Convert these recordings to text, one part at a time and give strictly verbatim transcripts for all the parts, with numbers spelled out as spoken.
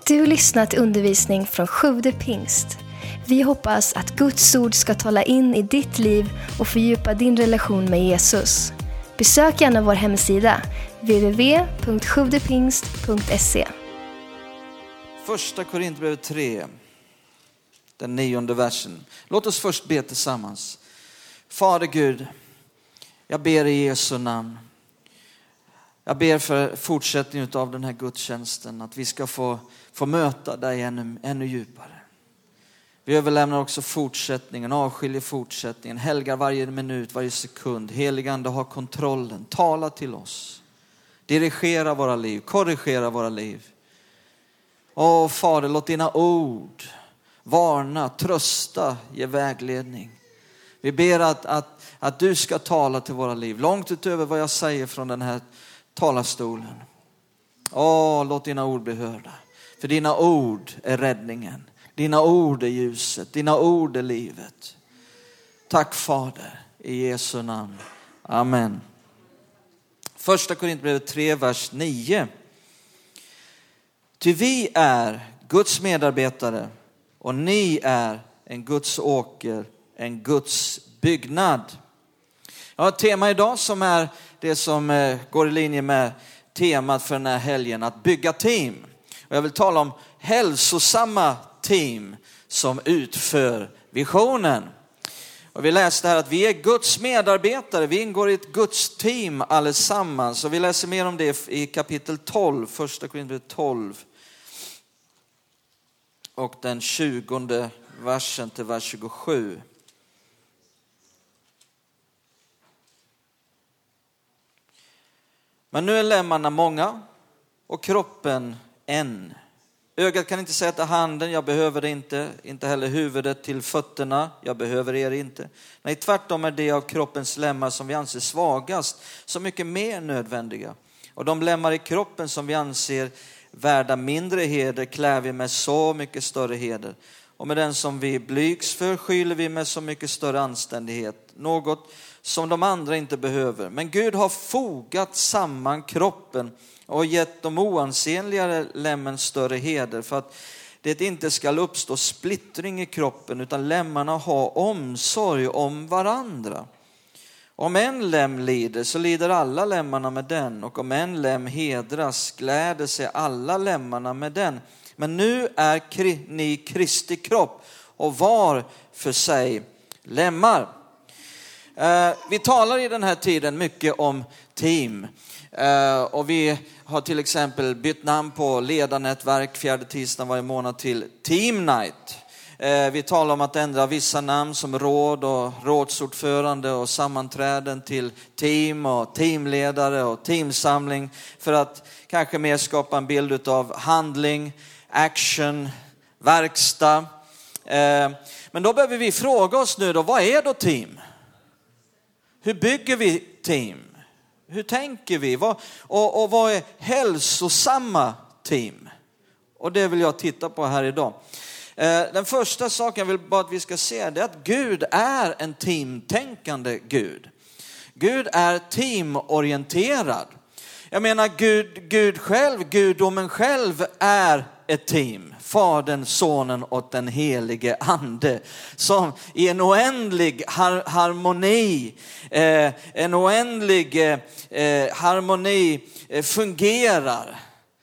Du har lyssnat till undervisning från Sjude Pingst. Vi hoppas att Guds ord ska tala in i ditt liv och fördjupa din relation med Jesus. Besök gärna vår hemsida w w w punkt sjuvdepingst punkt se. Första Korinthierbrevet tre, den nionde versen. Låt oss först be tillsammans. Fader Gud, jag ber i Jesu namn. Jag ber för fortsättningen av den här gudstjänsten, att vi ska få, få möta dig ännu, ännu djupare. Vi överlämnar också fortsättningen, avskiljer fortsättningen, helgar varje minut, varje sekund. Heligande har kontrollen, tala till oss. Dirigera våra liv, korrigera våra liv. Åh Fader, låt dina ord varna, trösta, ge vägledning. Vi ber att, att, att du ska tala till våra liv, långt utöver vad jag säger från den här talarstolen. Åh, låt dina ord bli hörda. För dina ord är räddningen. Dina ord är ljuset. Dina ord är livet. Tack Fader, i Jesu namn. Amen. Första Korinthierbrevet tre, vers nio. Ty vi är Guds medarbetare och ni är en Guds åker, en Guds byggnad. Jag har ett tema idag som är det som går i linje med temat för den här helgen, att bygga team. Och jag vill tala om hälsosamma team som utför visionen. Och vi läste här att vi är Guds medarbetare, vi ingår i ett Guds team allesammans. Och vi läser mer om det i kapitel tolv, första Korinthierbrevet tolv. Och den tjugonde versen till vers tjugosju. Men nu är lemmarna många och kroppen en. Ögat kan inte säga till handen, jag behöver det inte. Inte heller huvudet till fötterna, jag behöver er inte. Nej, tvärtom är det av kroppens lemmar som vi anser svagast så mycket mer nödvändiga. Och de lemmar i kroppen som vi anser värda mindre heder klär vi med så mycket större heder. Och med den som vi blygs för skyller vi med så mycket större anständighet. Något som de andra inte behöver. Men Gud har fogat samman kroppen och gett de oansenligare lemmen större heder. För att det inte ska uppstå splittring i kroppen utan lemmarna har omsorg om varandra. Om en lem lider så lider alla lemmarna med den. Och om en lem hedras gläder sig alla lemmarna med den. Men nu är ni Kristi kropp och var för sig lemmar. Vi talar i den här tiden mycket om team. Och vi har till exempel bytt namn på ledarnätverk fjärde tisdagen varje månad till Team Night. Vi talar om att ändra vissa namn som råd och rådsordförande och sammanträden till team och teamledare och teamsamling. För att kanske mer skapa en bild av handling, action, verkstad. Men då behöver vi fråga oss nu då, vad är då team? Hur bygger vi team? Hur tänker vi? Vad, och, och vad är hälsosamma team? Och det vill jag titta på här idag. Den första saken jag vill bara att vi ska se är att Gud är en teamtänkande Gud. Gud är teamorienterad. Jag menar Gud, Gud själv, gudomen själv är ett team. Fadern, sonen och den helige ande. Som i en oändlig har, harmoni, eh, en oändlig eh, harmoni eh, fungerar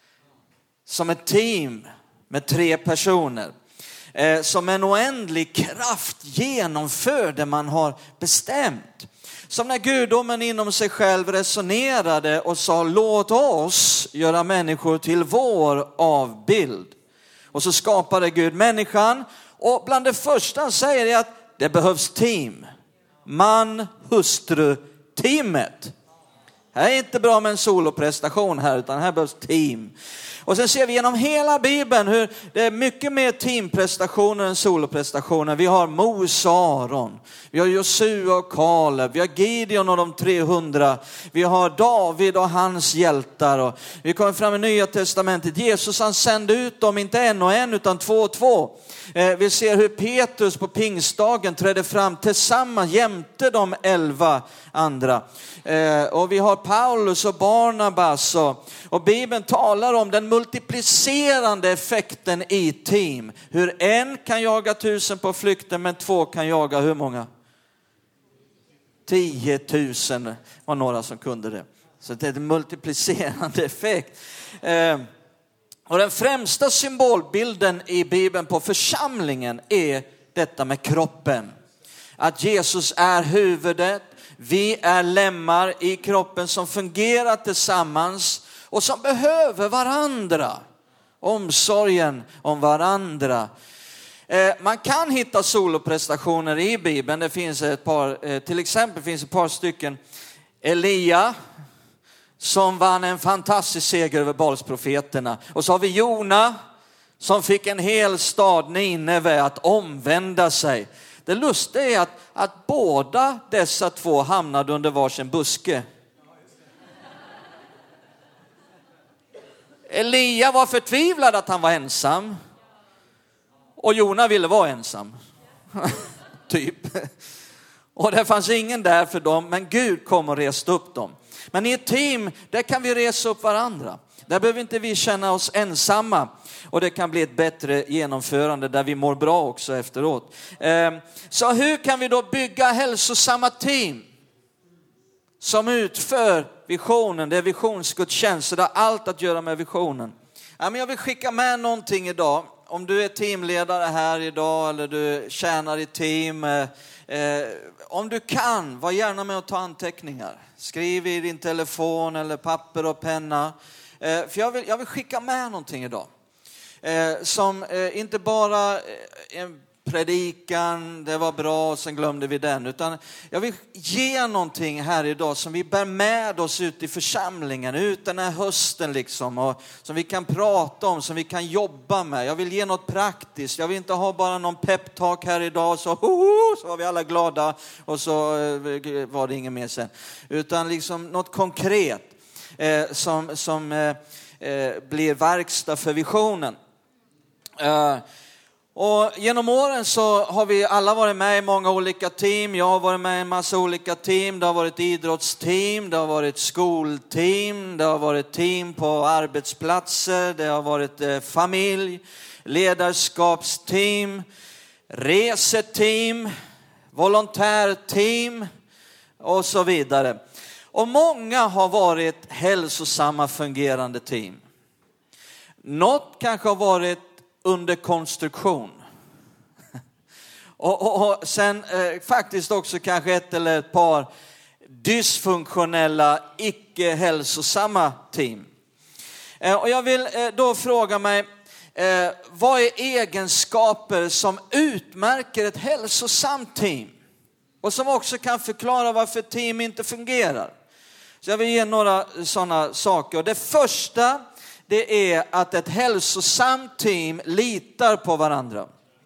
som ett team med tre personer. Eh, som en oändlig kraft genomför det man har bestämt. Som när gudomen inom sig själv resonerade och sa, låt oss göra människor till vår avbild. Och så skapade Gud människan. Och bland det första han säger är att det behövs team. Man, hustru, teamet. Det är inte bra med en soloprestation här, utan här behövs team. Och sen ser vi genom hela Bibeln hur det är mycket mer teamprestationer än soloprestationer. Vi har Mose och Aron, vi har Josua och Kaleb, vi har Gideon och de trehundra, vi har David och hans hjältar. Och vi kommer fram i Nya testamentet. Jesus han sände ut dem, inte en och en utan två och två. Vi ser hur Petrus på pingstdagen trädde fram tillsammans jämte de elva andra. Och vi har Paulus och Barnabas och, och Bibeln talar om den multiplicerande effekten i team. Hur en kan jaga tusen på flykten, men två kan jaga hur många? Tiotusen var några som kunde det. Så det är en multiplicerande effekt. Eh, och den främsta symbolbilden i Bibeln på församlingen är detta med kroppen. Att Jesus är huvudet. Vi är lemmar i kroppen som fungerar tillsammans och som behöver varandra. Omsorgen om varandra. Eh, man kan hitta soloprestationer i Bibeln. Det finns ett par, eh, till exempel finns ett par stycken. Elia som vann en fantastisk seger över Baalsprofeterna. Och så har vi Jona som fick en hel stad Nineve att omvända sig. Det lustiga är att, att båda dessa två hamnade under varsin buske. Elia var förtvivlad att han var ensam. Och Jona ville vara ensam. typ. Och det fanns ingen där för dem. Men Gud kom och reste upp dem. Men i ett team, där kan vi resa upp varandra. Där behöver inte vi känna oss ensamma. Och det kan bli ett bättre genomförande där vi mår bra också efteråt. Så hur kan vi då bygga hälsosamma team som utför visionen? Det är visionsgudstjänst, så det har allt att göra med visionen. Jag vill skicka med någonting idag. Om du är teamledare här idag eller du tjänar i team. Om du kan, var gärna med och ta anteckningar. Skriv i din telefon eller papper och penna. För jag vill, jag vill skicka med någonting idag. Eh, som eh, inte bara eh, en predikan, det var bra och sen glömde vi den. Utan jag vill ge någonting här idag som vi bär med oss ut i församlingen. Ut den här hösten liksom. Och som vi kan prata om, som vi kan jobba med. Jag vill ge något praktiskt. Jag vill inte ha bara någon peptalk här idag. Så, hoho, så var vi alla glada och så eh, var det inget mer sen. Utan liksom något konkret eh, som... som eh, blir verkstad för visionen. Uh, och genom åren så har vi alla varit med i många olika team. Jag har varit med i en massa olika team. Det har varit idrottsteam, det har varit skolteam, det har varit team på arbetsplatser, det har varit eh, familj, ledarskapsteam, reseteam, volontärteam och så vidare. Och många har varit hälsosamma fungerande team. Något kanske har varit under konstruktion. och, och, och sen eh, faktiskt också kanske ett eller ett par dysfunktionella, icke-hälsosamma team. Eh, och jag vill eh, då fråga mig, eh, vad är egenskaper som utmärker ett hälsosamt team? Och som också kan förklara varför team inte fungerar. Så jag vill ge några sådana saker. Och det första, det är att ett hälsosamt team litar på varandra.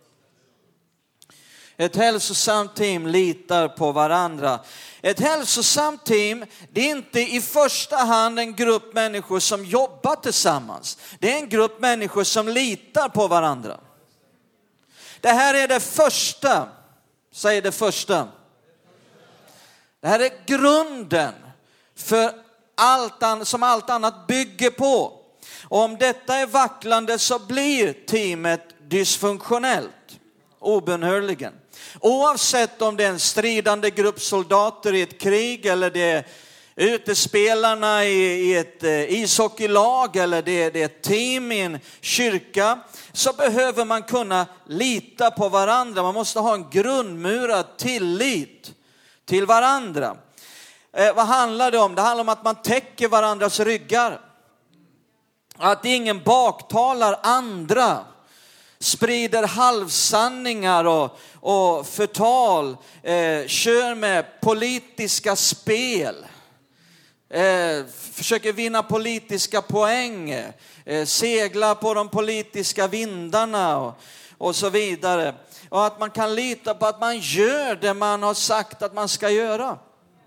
Ett hälsosamt team litar på varandra. Ett hälsosamt team, det är inte i första hand en grupp människor som jobbar tillsammans. Det är en grupp människor som litar på varandra. Det här är det första. Säg det första. Det här är grunden för allt annat, som allt annat bygger på. Och om detta är vacklande så blir teamet dysfunktionellt. Obönhörligen. Oavsett om det är en stridande grupp soldater i ett krig eller det är utespelarna i, i ett ishockeylag eller det, det är ett team i en kyrka, så behöver man kunna lita på varandra. Man måste ha en grundmurad tillit till varandra. Eh, vad handlar det om? Det handlar om att man täcker varandras ryggar. Att ingen baktalar andra. Sprider halvsanningar och, och förtal. Eh, kör med politiska spel. Eh, försöker vinna politiska poäng. Eh, segla på de politiska vindarna och, och så vidare. Och att man kan lita på att man gör det man har sagt att man ska göra.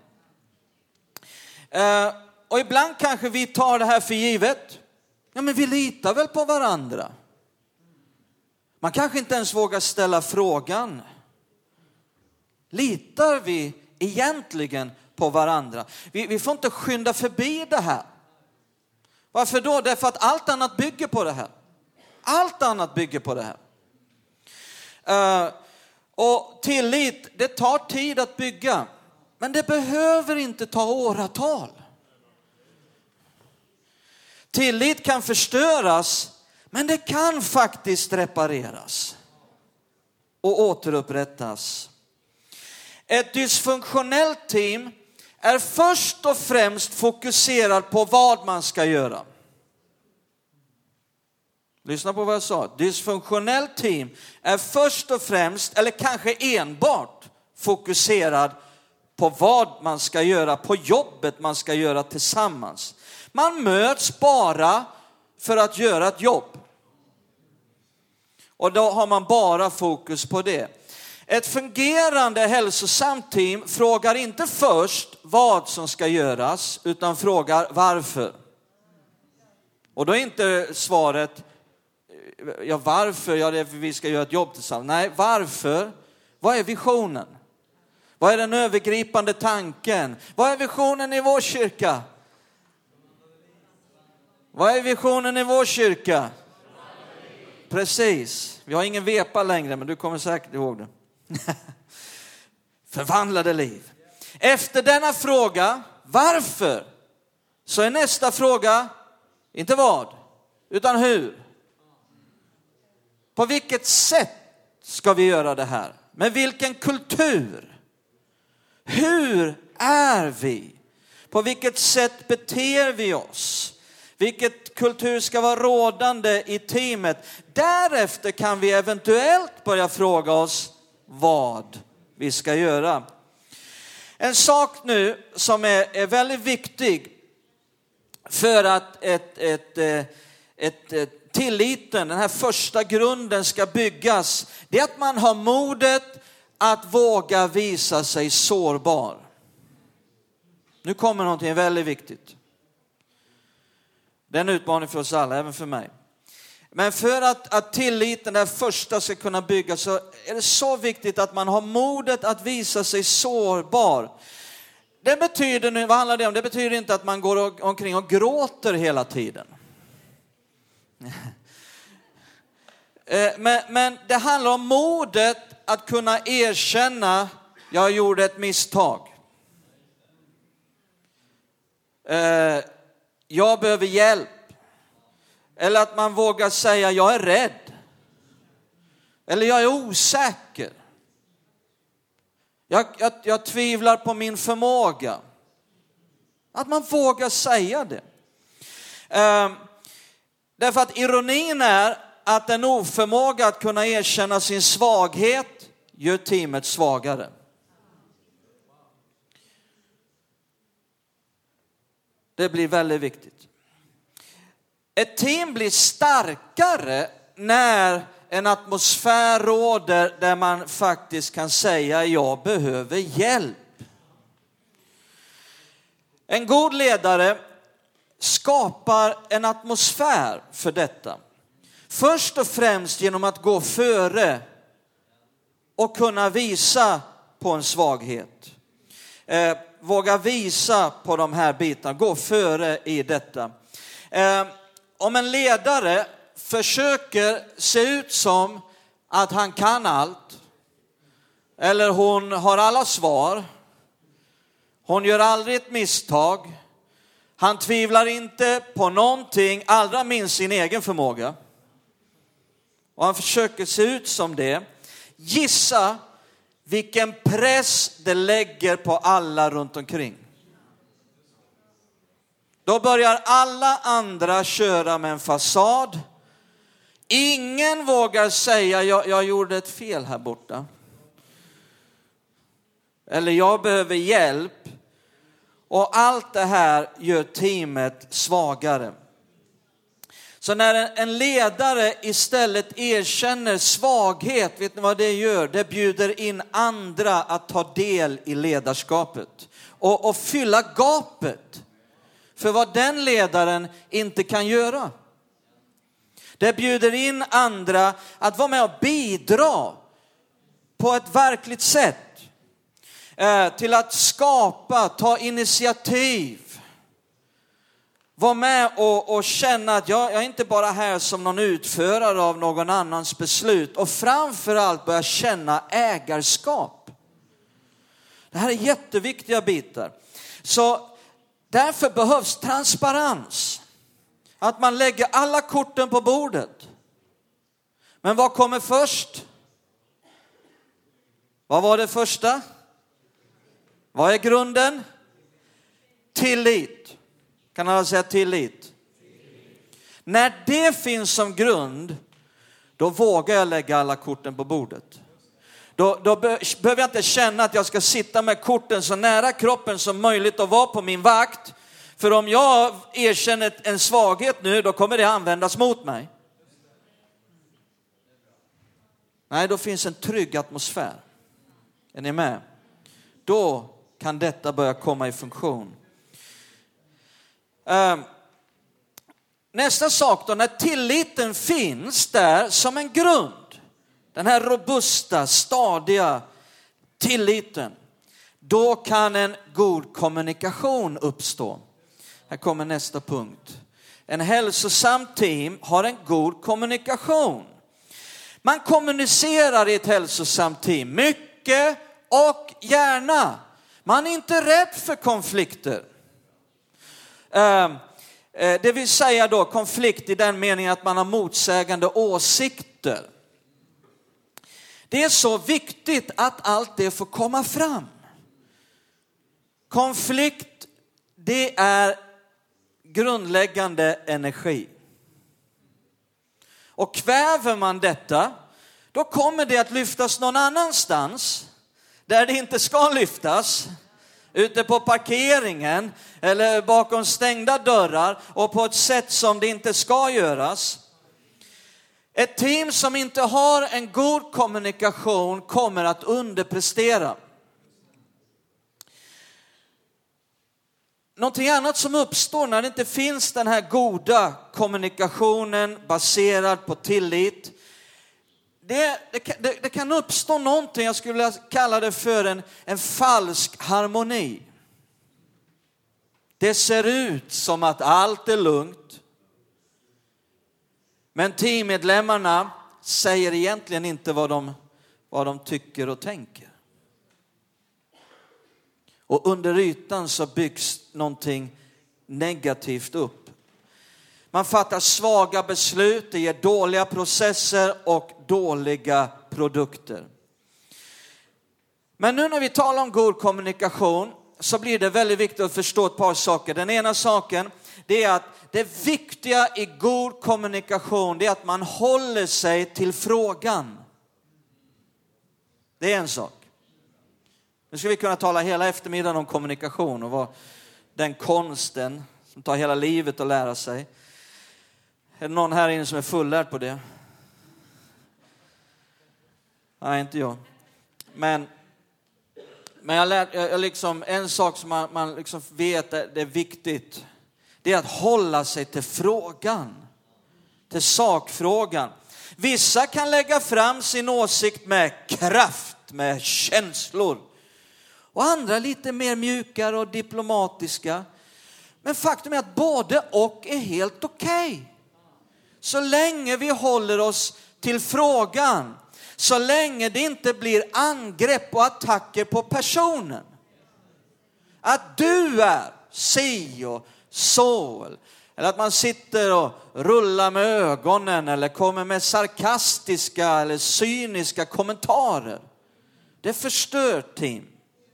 Eh, och ibland kanske vi tar det här för givet. Ja, men vi litar väl på varandra. Man kanske inte ens vågar ställa frågan. Litar vi egentligen på varandra? Vi, vi får inte skynda förbi det här. Varför då? Därför att allt annat bygger på det här. Allt annat bygger på det här. Uh, och tillit, det tar tid att bygga. Men det behöver inte ta åratal. Tillit kan förstöras, men det kan faktiskt repareras och återupprättas. Ett dysfunktionellt team är först och främst fokuserad på vad man ska göra. Lyssna på vad jag sa. Dysfunktionellt team är först och främst, eller kanske enbart, fokuserad på vad man ska göra, på jobbet man ska göra tillsammans. Man möts bara för att göra ett jobb. Och då har man bara fokus på det. Ett fungerande hälsosamt team frågar inte först vad som ska göras, utan frågar varför. Och då är inte svaret, ja varför, ja det är för vi ska göra ett jobb tillsammans. Nej, varför? Vad är visionen? Vad är den övergripande tanken? Vad är visionen i vår kyrka? Vad är visionen i vår kyrka? Precis. Vi har ingen vepa längre, men du kommer säkert ihåg det. Förvandlade liv. Efter denna fråga, varför? Så är nästa fråga, inte vad, utan hur. På vilket sätt ska vi göra det här? Med vilken kultur? Hur är vi? På vilket sätt beter vi oss? Vilket kultur ska vara rådande i teamet? Därefter kan vi eventuellt börja fråga oss vad vi ska göra. En sak nu som är, är väldigt viktig för att ett, ett, ett, ett tilliten, den här första grunden ska byggas, det är att man har modet att våga visa sig sårbar. Nu kommer någonting väldigt viktigt. Det är en utmaning för oss alla, även för mig. Men för att, att tilliten, det första, ska kunna byggas, så är det så viktigt att man har modet att visa sig sårbar. Det betyder nu, vad handlar det om? Det betyder inte att man går omkring och gråter hela tiden. Men, men det handlar om modet att kunna erkänna, jag gjorde ett misstag. Jag behöver hjälp. Eller att man vågar säga, jag är rädd. Eller jag är osäker. Jag, jag, jag tvivlar på min förmåga. Att man vågar säga det. Uh, därför att ironin är att en oförmåga att kunna erkänna sin svaghet gör teamet svagare. Det blir väldigt viktigt. Ett team blir starkare när en atmosfär råder där man faktiskt kan säga, jag behöver hjälp. En god ledare skapar en atmosfär för detta. Först och främst genom att gå före och kunna visa på en svaghet. Eh, våga visa på de här bitarna. Gå före i detta. Eh, om en ledare försöker se ut som att han kan allt. Eller hon har alla svar. Hon gör aldrig ett misstag. Han tvivlar inte på någonting, allra minst sin egen förmåga. Och han försöker se ut som det. Gissa vilken press det lägger på alla runt omkring. Då börjar alla andra köra med en fasad. Ingen vågar säga, jag, jag gjorde ett fel här borta. Eller jag behöver hjälp. Och allt det här gör teamet svagare. Så när en ledare istället erkänner svaghet, vet ni vad det gör? Det bjuder in andra att ta del i ledarskapet. Och, och fylla gapet för vad den ledaren inte kan göra. Det bjuder in andra att vara med och bidra på ett verkligt sätt. Eh, till att skapa, ta initiativ. vara med och, och känna att jag, jag är inte bara här som någon utförare av någon annans beslut. Och framförallt börja känna ägarskap. Det här är jätteviktiga bitar. Så därför behövs transparens. Att man lägger alla korten på bordet. Men vad kommer först? Vad var det första? Vad är grunden? Tillit. Kan alla säga tillit? När det finns som grund, då vågar jag lägga alla korten på bordet. Då, då be, behöver jag inte känna att jag ska sitta med korten så nära kroppen som möjligt och vara på min vakt. För om jag erkänner en svaghet nu, då kommer det användas mot mig. Nej, då finns en trygg atmosfär. Är ni med? Då kan detta börja komma i funktion. Uh, nästa sak då, när tilliten finns där som en grund. Den här robusta, stadiga tilliten. Då kan en god kommunikation uppstå. Här kommer nästa punkt. En hälsosam team har en god kommunikation. Man kommunicerar i ett hälsosamt team mycket och gärna. Man är inte rädd för konflikter. Det vill säga då konflikt i den meningen att man har motsägande åsikter. Det är så viktigt att allt det får komma fram. Konflikt, det är grundläggande energi. Och kväver man detta, då kommer det att lyftas någon annanstans där det inte ska lyftas. Ute på parkeringen eller bakom stängda dörrar och på ett sätt som det inte ska göras. Ett team som inte har en god kommunikation kommer att underprestera. Någonting annat som uppstår när det inte finns den här goda kommunikationen baserad på tillit. Det, det, det, det kan uppstå någonting, jag skulle vilja kalla det för en, en falsk harmoni. Det ser ut som att allt är lugnt. Men teammedlemmarna säger egentligen inte vad de, vad de tycker och tänker. Och under ytan så byggs någonting negativt upp. Man fattar svaga beslut, det ger dåliga processer och dåliga produkter. Men nu när vi talar om god kommunikation så blir det väldigt viktigt att förstå ett par saker. Den ena saken, det är att det viktiga i god kommunikation, det är att man håller sig till frågan. Det är en sak. Nu ska vi kunna tala hela eftermiddagen om kommunikation och vad den konsten som tar hela livet att lära sig. Är det någon här inne som är fullärd på det? Nej, inte jag. Men, men jag lär, jag liksom, en sak som man, man liksom vet är, det är viktigt. Det är att hålla sig till frågan. Till sakfrågan. Vissa kan lägga fram sin åsikt med kraft, med känslor. Och andra lite mer mjukare och diplomatiska. Men faktum är att både och är helt okej. Okay. Så länge vi håller oss till frågan. Så länge det inte blir angrepp och attacker på personen. Att du är si och så. Eller att man sitter och rullar med ögonen. Eller kommer med sarkastiska eller cyniska kommentarer. Det förstör team.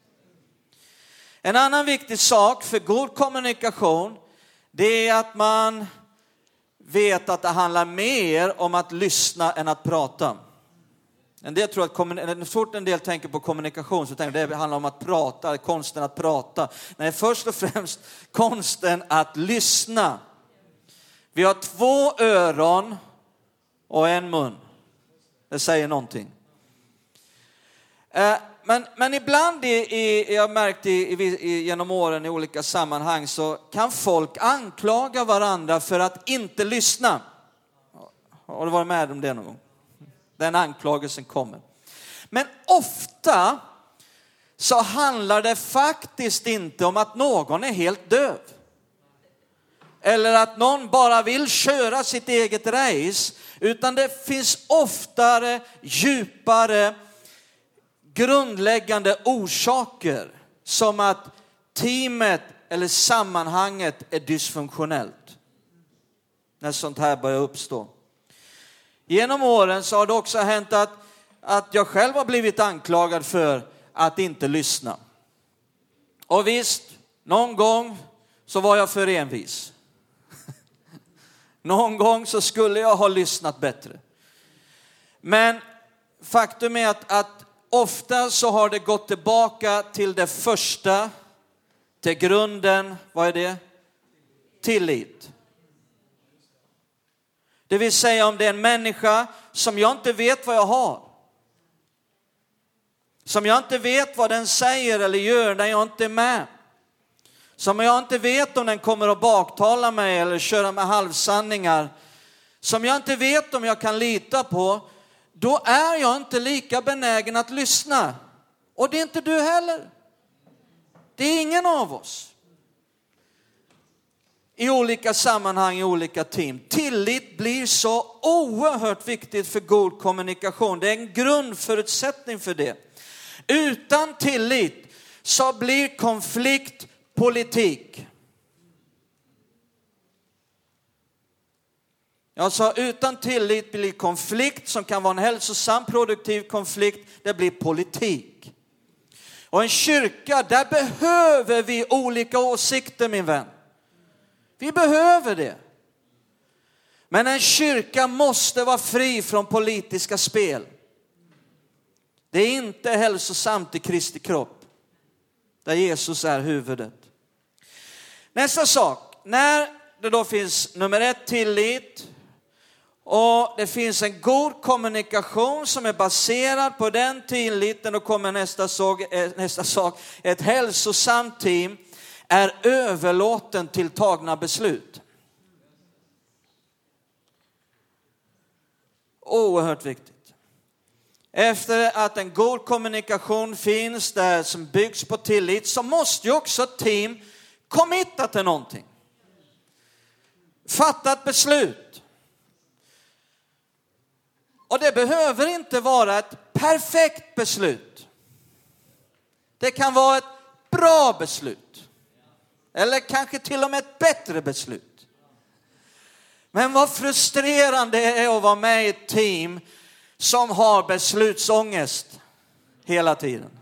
En annan viktig sak för god kommunikation, det är att man vet att det handlar mer om att lyssna än att prata. En del tror att, så fort en del tänker på kommunikation så tänker det handlar om att prata, konsten att prata. Nej, först och främst konsten att lyssna. Vi har två öron och en mun. Det säger någonting. Eh, Men, men ibland, i, i, jag har märkt i, i, genom åren i olika sammanhang, så kan folk anklaga varandra för att inte lyssna. Har du varit med om det någon gång? Den anklagelsen kommer. Men ofta så handlar det faktiskt inte om att någon är helt döv. eller att någon bara vill köra sitt eget race, utan det finns oftare, djupare, grundläggande orsaker, som att teamet eller sammanhanget är dysfunktionellt. När sånt här börjar uppstå. Genom åren så har det också hänt att, att jag själv har blivit anklagad för att inte lyssna. Och visst, någon gång så var jag för envis. Någon gång så skulle jag ha lyssnat bättre. Men faktum är att, att ofta så har det gått tillbaka till det första, till grunden. Vad är det? Tillit. Det vill säga, om det är en människa som jag inte vet vad jag har, som jag inte vet vad den säger eller gör när jag inte är med, som jag inte vet om den kommer att baktala mig eller köra med halvsanningar, som jag inte vet om jag kan lita på, då är jag inte lika benägen att lyssna. Och det är inte du heller. Det är ingen av oss. I olika sammanhang, i olika team. Tillit blir så oerhört viktigt för god kommunikation. Det är en grundförutsättning för det. Utan tillit så blir konflikt politik. Jag sa, utan tillit blir konflikt, som kan vara en hälsosam produktiv konflikt, det blir politik. Och en kyrka, där behöver vi olika åsikter, min vän. Vi behöver det. Men en kyrka måste vara fri från politiska spel. Det är inte hälsosamt i Kristi kropp, där Jesus är huvudet. Nästa sak, när det då finns nummer ett, tillit, och det finns en god kommunikation som är baserad på den tilliten, då kommer nästa sak, nästa sak, ett hälsosamt team är överlåten till tagna beslut. Oerhört viktigt. Efter att en god kommunikation finns där som byggs på tillit, så måste ju också ett team committa till någonting. Fatta ett beslut. Och det behöver inte vara ett perfekt beslut. Det kan vara ett bra beslut. Eller kanske till och med ett bättre beslut. Men vad frustrerande det är att vara med i ett team som har beslutsångest hela tiden.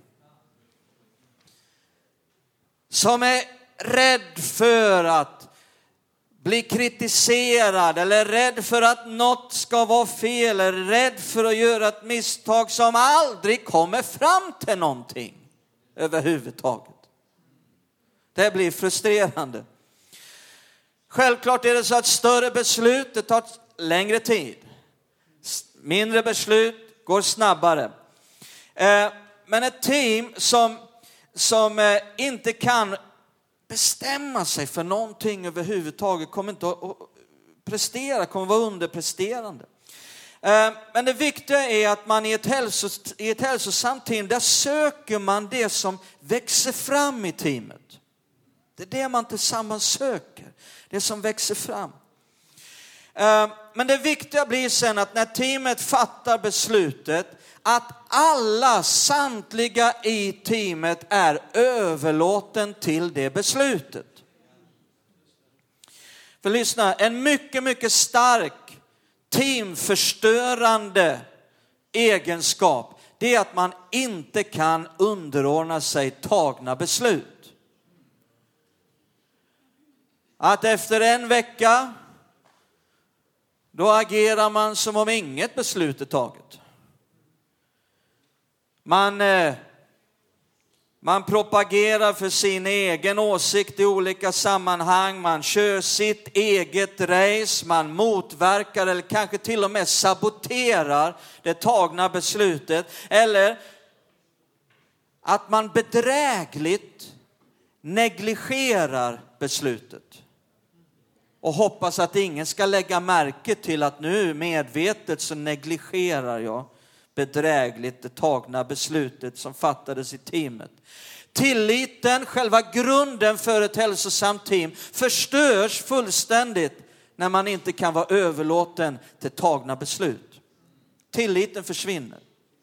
Som är rädd för att bli kritiserad, eller rädd för att något ska vara fel, eller rädd för att göra ett misstag som aldrig kommer fram till någonting överhuvudtaget. Det blir frustrerande. Självklart är det så att större beslut, det tar längre tid. Mindre beslut går snabbare. Men ett team som, som inte kan bestämma sig för någonting överhuvudtaget kommer inte att prestera, kommer att vara underpresterande. Men det viktiga är att man i ett, hälsos, i ett hälsosamt team, där söker man det som växer fram i teamet. Det är det man tillsammans söker, det som växer fram. Men det viktiga blir sen att när teamet fattar beslutet, att alla, samtliga i teamet är överlåten till det beslutet. För lyssna, en mycket, mycket stark teamförstörande egenskap, det är att man inte kan underordna sig tagna beslut. Att efter en vecka, då agerar man som om inget beslut är taget. Man, eh, man propagerar för sin egen åsikt i olika sammanhang. Man kör sitt eget race. Man motverkar eller kanske till och med saboterar det tagna beslutet. Eller att man bedrägligt negligerar beslutet. Och hoppas att ingen ska lägga märke till att nu medvetet så negligerar jag bedrägligt det tagna beslutet som fattades i teamet. Tilliten, själva grunden för ett hälsosamt team, förstörs fullständigt när man inte kan vara överlåten till tagna beslut. Tilliten försvinner.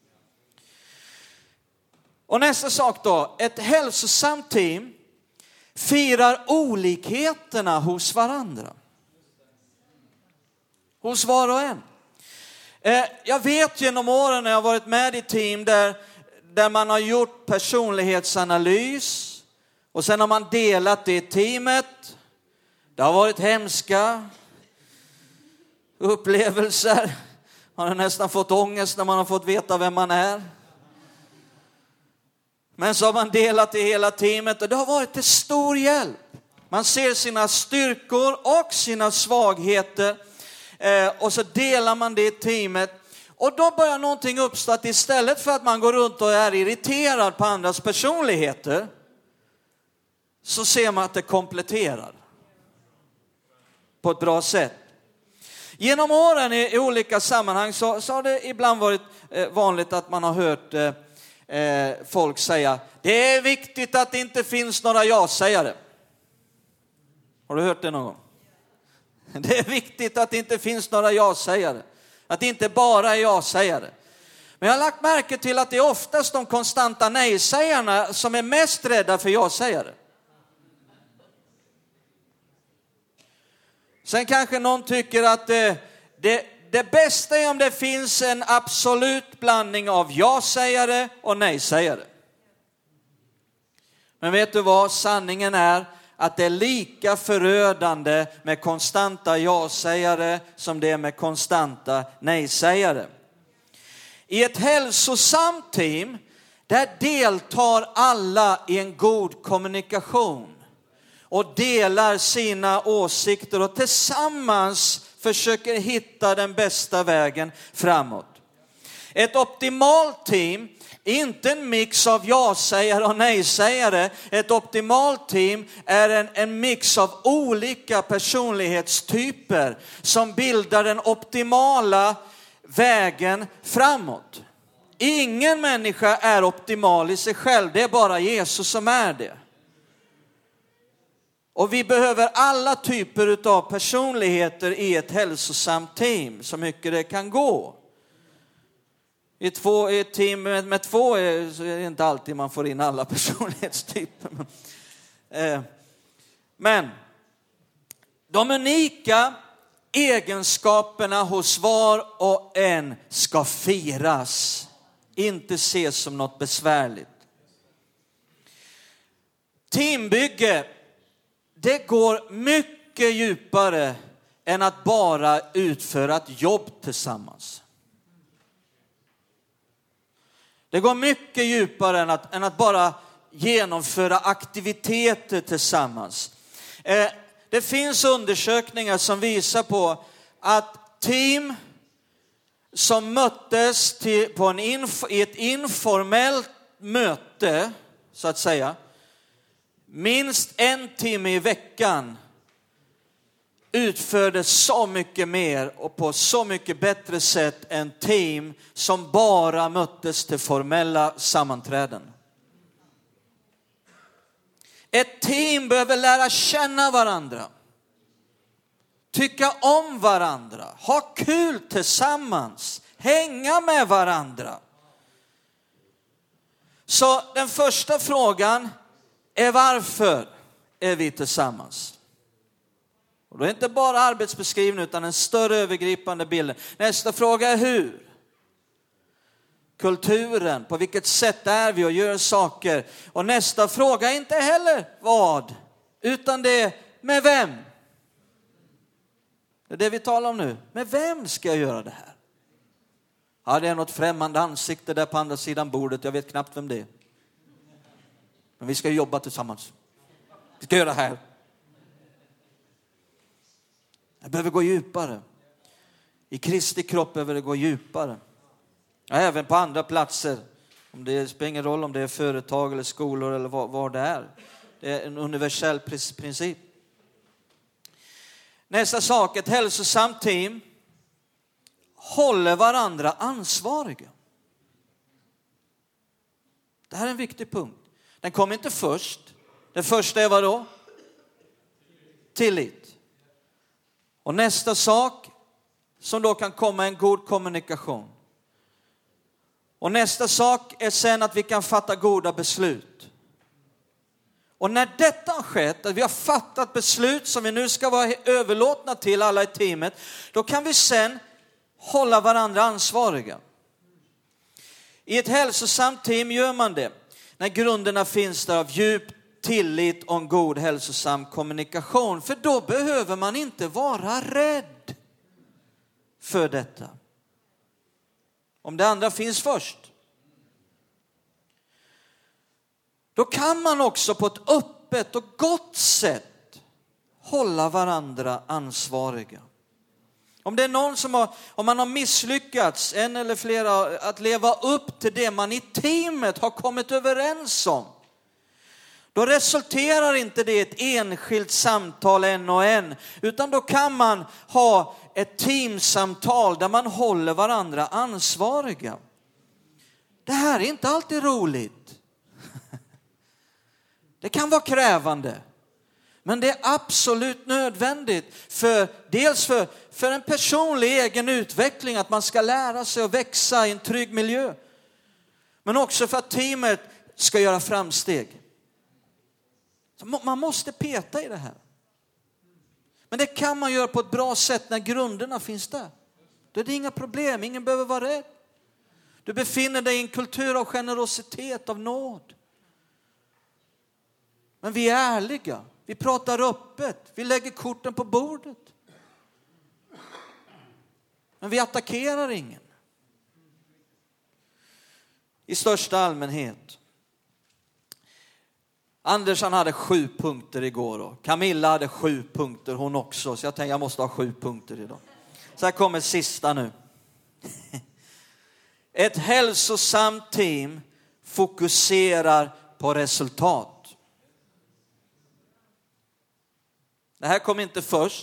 Och nästa sak då, ett hälsosamt team firar olikheterna hos varandra. Hos var och en. Jag vet genom åren när jag har varit med i team där, där man har gjort personlighetsanalys och sen har man delat det i teamet. Det har varit hemska upplevelser. Man har nästan fått ångest när man har fått veta vem man är. Men så har man delat i hela teamet och det har varit till stor hjälp. Man ser sina styrkor och sina svagheter eh, och så delar man det i teamet. Och då börjar någonting uppstå, att istället för att man går runt och är irriterad på andras personligheter så ser man att det kompletterar på ett bra sätt. Genom åren i, i olika sammanhang så, så har det ibland varit eh, vanligt att man har hört eh, eh, folk säga: det är viktigt att det inte finns några ja-sägare. Har du hört det någon gång? Det är viktigt att det inte finns några ja-sägare. Att det inte bara är ja-sägare. Men jag har lagt märke till att det är oftast de konstanta nej-sägarna som är mest rädda för ja-sägare. Sen kanske någon tycker att det, det, det bästa är om det finns en absolut blandning av ja-sägare och nej-sägare. Men vet du vad? Sanningen är att det är lika förödande med konstanta ja-sägare som det är med konstanta nej-sägare. I ett hälsosamt team, där deltar alla i en god kommunikation och delar sina åsikter och tillsammans försöker hitta den bästa vägen framåt. Ett optimalt team är inte en mix av ja-sägare och nej-sägare. Ett optimalt team är en, en mix av olika personlighetstyper som bildar den optimala vägen framåt. Ingen människa är optimal i sig själv. Det är bara Jesus som är det. Och vi behöver alla typer av personligheter i ett hälsosamt team, så mycket det kan gå. I, två, i ett team med, med två är, så är det inte alltid man får in alla personlighetstyper. Eh, men de unika egenskaperna hos var och en ska firas, inte ses som något besvärligt. Teambygge, det går mycket djupare än att bara utföra ett jobb tillsammans. Det går mycket djupare än att, än att bara genomföra aktiviteter tillsammans. Eh, det finns undersökningar som visar på att team som möttes till, på en inf, i ett informellt möte, så att säga, minst en timme i veckan utförde så mycket mer och på så mycket bättre sätt än team som bara möttes till formella sammanträden. Ett team behöver lära känna varandra, tycka om varandra, ha kul tillsammans, hänga med varandra. Så den första frågan är: varför är vi tillsammans? Och då är det inte bara arbetsbeskrivning utan en större övergripande bild. Nästa fråga är hur? Kulturen, på vilket sätt är vi och gör saker? Och nästa fråga är inte heller vad, utan det är med vem? Det är det vi talar om nu. Med vem ska jag göra det här? Ja, det är något främmande ansikte där på andra sidan bordet. Jag vet knappt vem det är. Men vi ska jobba tillsammans. Vi ska göra det här. Jag behöver gå djupare. I Kristi kropp behöver det gå djupare. Ja, även på andra platser. Om det spelar ingen roll om det är företag eller skolor eller vad, vad det är. Det är en universell princip. Nästa sak, ett hälsosamt team håller varandra ansvariga. Det här är en viktig punkt. Den kommer inte först. Det första är vad då? Tillit. Och nästa sak som då kan komma är en god kommunikation. Och nästa sak är sen att vi kan fatta goda beslut. Och när detta har skett, att vi har fattat beslut som vi nu ska vara överlåtna till alla i teamet, då kan vi sen hålla varandra ansvariga. I ett hälsosamt team gör man det när grunderna finns där av djup tillit och en god hälsosam kommunikation. För då behöver man inte vara rädd för detta. Om det andra finns först. Då kan man också på ett öppet och gott sätt hålla varandra ansvariga. Om det är någon som har, om man har misslyckats, en eller flera, att leva upp till det man i teamet har kommit överens om, då resulterar inte det i ett enskilt samtal en och en, utan då kan man ha ett teamsamtal där man håller varandra ansvariga. Det här är inte alltid roligt. Det kan vara krävande. Men det är absolut nödvändigt för dels för, för en personlig egen utveckling, att man ska lära sig att växa i en trygg miljö. Men också för att teamet ska göra framsteg. Så man måste peta i det här. Men det kan man göra på ett bra sätt när grunderna finns där. Då är det inga problem, ingen behöver vara rädd. Du befinner dig i en kultur av generositet, av nåd. Men vi är ärliga. Vi pratar öppet. Vi lägger korten på bordet. Men vi attackerar ingen. I största allmänhet. Anders han hade sju punkter igår. Och Camilla hade sju punkter hon också. Så jag tänkte jag måste ha sju punkter idag. Så här kommer sista nu. Ett hälsosamt team fokuserar på resultat. Det här kom inte först.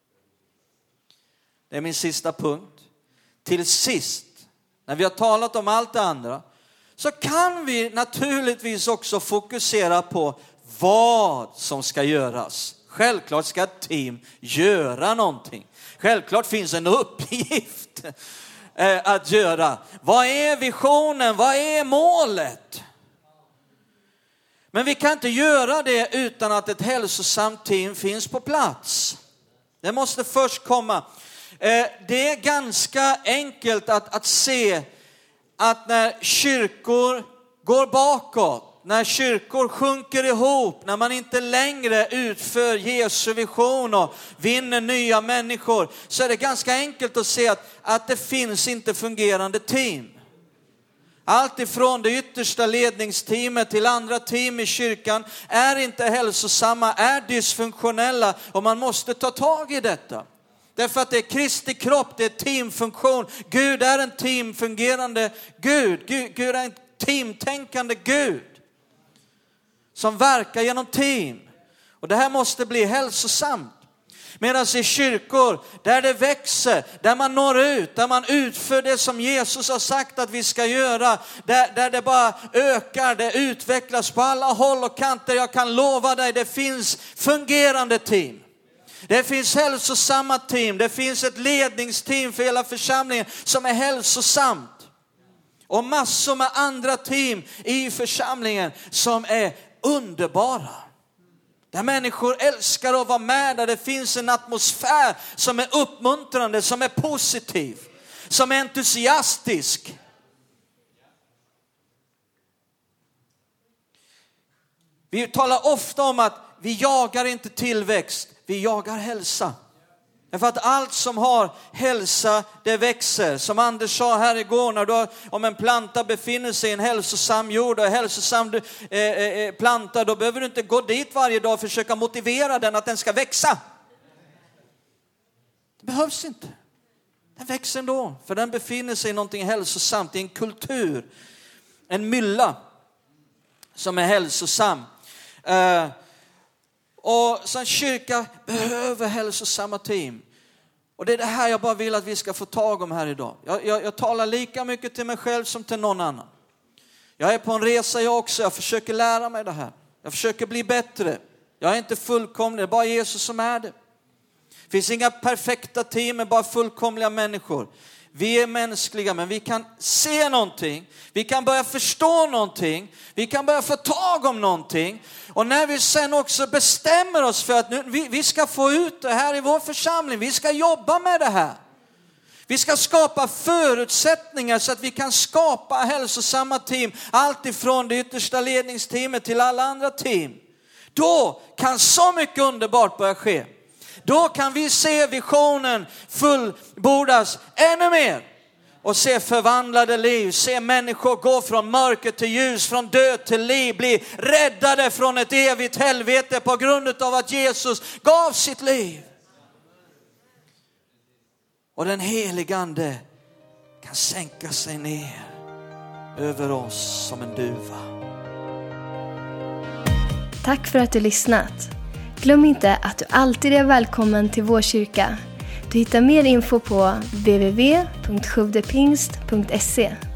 Det är min sista punkt. Till sist, när vi har talat om allt det andra, så kan vi naturligtvis också fokusera på vad som ska göras. Självklart ska ett team göra någonting. Självklart finns en uppgift att göra. Vad är visionen? Vad är målet? Men vi kan inte göra det utan att ett hälsosamt team finns på plats. Det måste först komma. Det är ganska enkelt att, att se att när kyrkor går bakåt, när kyrkor sjunker ihop, när man inte längre utför Jesu vision och vinner nya människor, så är det ganska enkelt att se att, att det finns inte fungerande team. Allt ifrån det yttersta ledningsteamet till andra team i kyrkan är inte hälsosamma, är dysfunktionella, och man måste ta tag i detta. Därför att det är Kristi kropp, det är teamfunktion. Gud är en teamfungerande Gud. Gud, Gud är en teamtänkande Gud som verkar genom team. Och det här måste bli hälsosamt. Medan i kyrkor där det växer, där man når ut, där man utför det som Jesus har sagt att vi ska göra, där, där det bara ökar, det utvecklas på alla håll och kanter. Jag kan lova dig, det finns fungerande team. Det finns hälsosamma team, det finns ett ledningsteam för hela församlingen som är hälsosamt. Och massor med andra team i församlingen som är underbara. Där människor älskar att vara med, där det finns en atmosfär som är uppmuntrande, som är positiv, som är entusiastisk. Vi talar ofta om att vi jagar inte tillväxt, vi jagar hälsa. Därför att allt som har hälsa, det växer. Som Anders sa här igår, när du, om en planta befinner sig i en hälsosam jord och en hälsosam eh, eh, planta, då behöver du inte gå dit varje dag och försöka motivera den att den ska växa. Det behövs inte. Den växer ändå, för den befinner sig i någonting hälsosamt, i en kultur, en mylla som är hälsosam. Eh, Och som kyrka behöver hälsosamma team. Och det är det här jag bara vill att vi ska få tag om här idag. Jag, jag, jag talar lika mycket till mig själv som till någon annan. Jag är på en resa jag också. Jag försöker lära mig det här. Jag försöker bli bättre. Jag är inte fullkomlig. Det är bara Jesus som är det. Det finns inga perfekta team med bara fullkomliga människor. Vi är mänskliga, men vi kan se någonting. Vi kan börja förstå någonting. Vi kan börja få tag om någonting. Och när vi sen också bestämmer oss för att nu, vi, vi ska få ut det här i vår församling. Vi ska jobba med det här. Vi ska skapa förutsättningar så att vi kan skapa hälsosamma team. Allt ifrån det yttersta ledningsteamet till alla andra team. Då kan så mycket underbart börja ske. Då kan vi se visionen fullbordas ännu mer. Och se förvandlade liv. Se människor gå från mörker till ljus. Från död till liv. Bli räddade från ett evigt helvete på grund av att Jesus gav sitt liv. Och den helige Ande kan sänka sig ner över oss som en duva. Tack för att du lyssnat. Glöm inte att du alltid är välkommen till vår kyrka. Du hittar mer info på w w w punkt skövdepingst punkt se.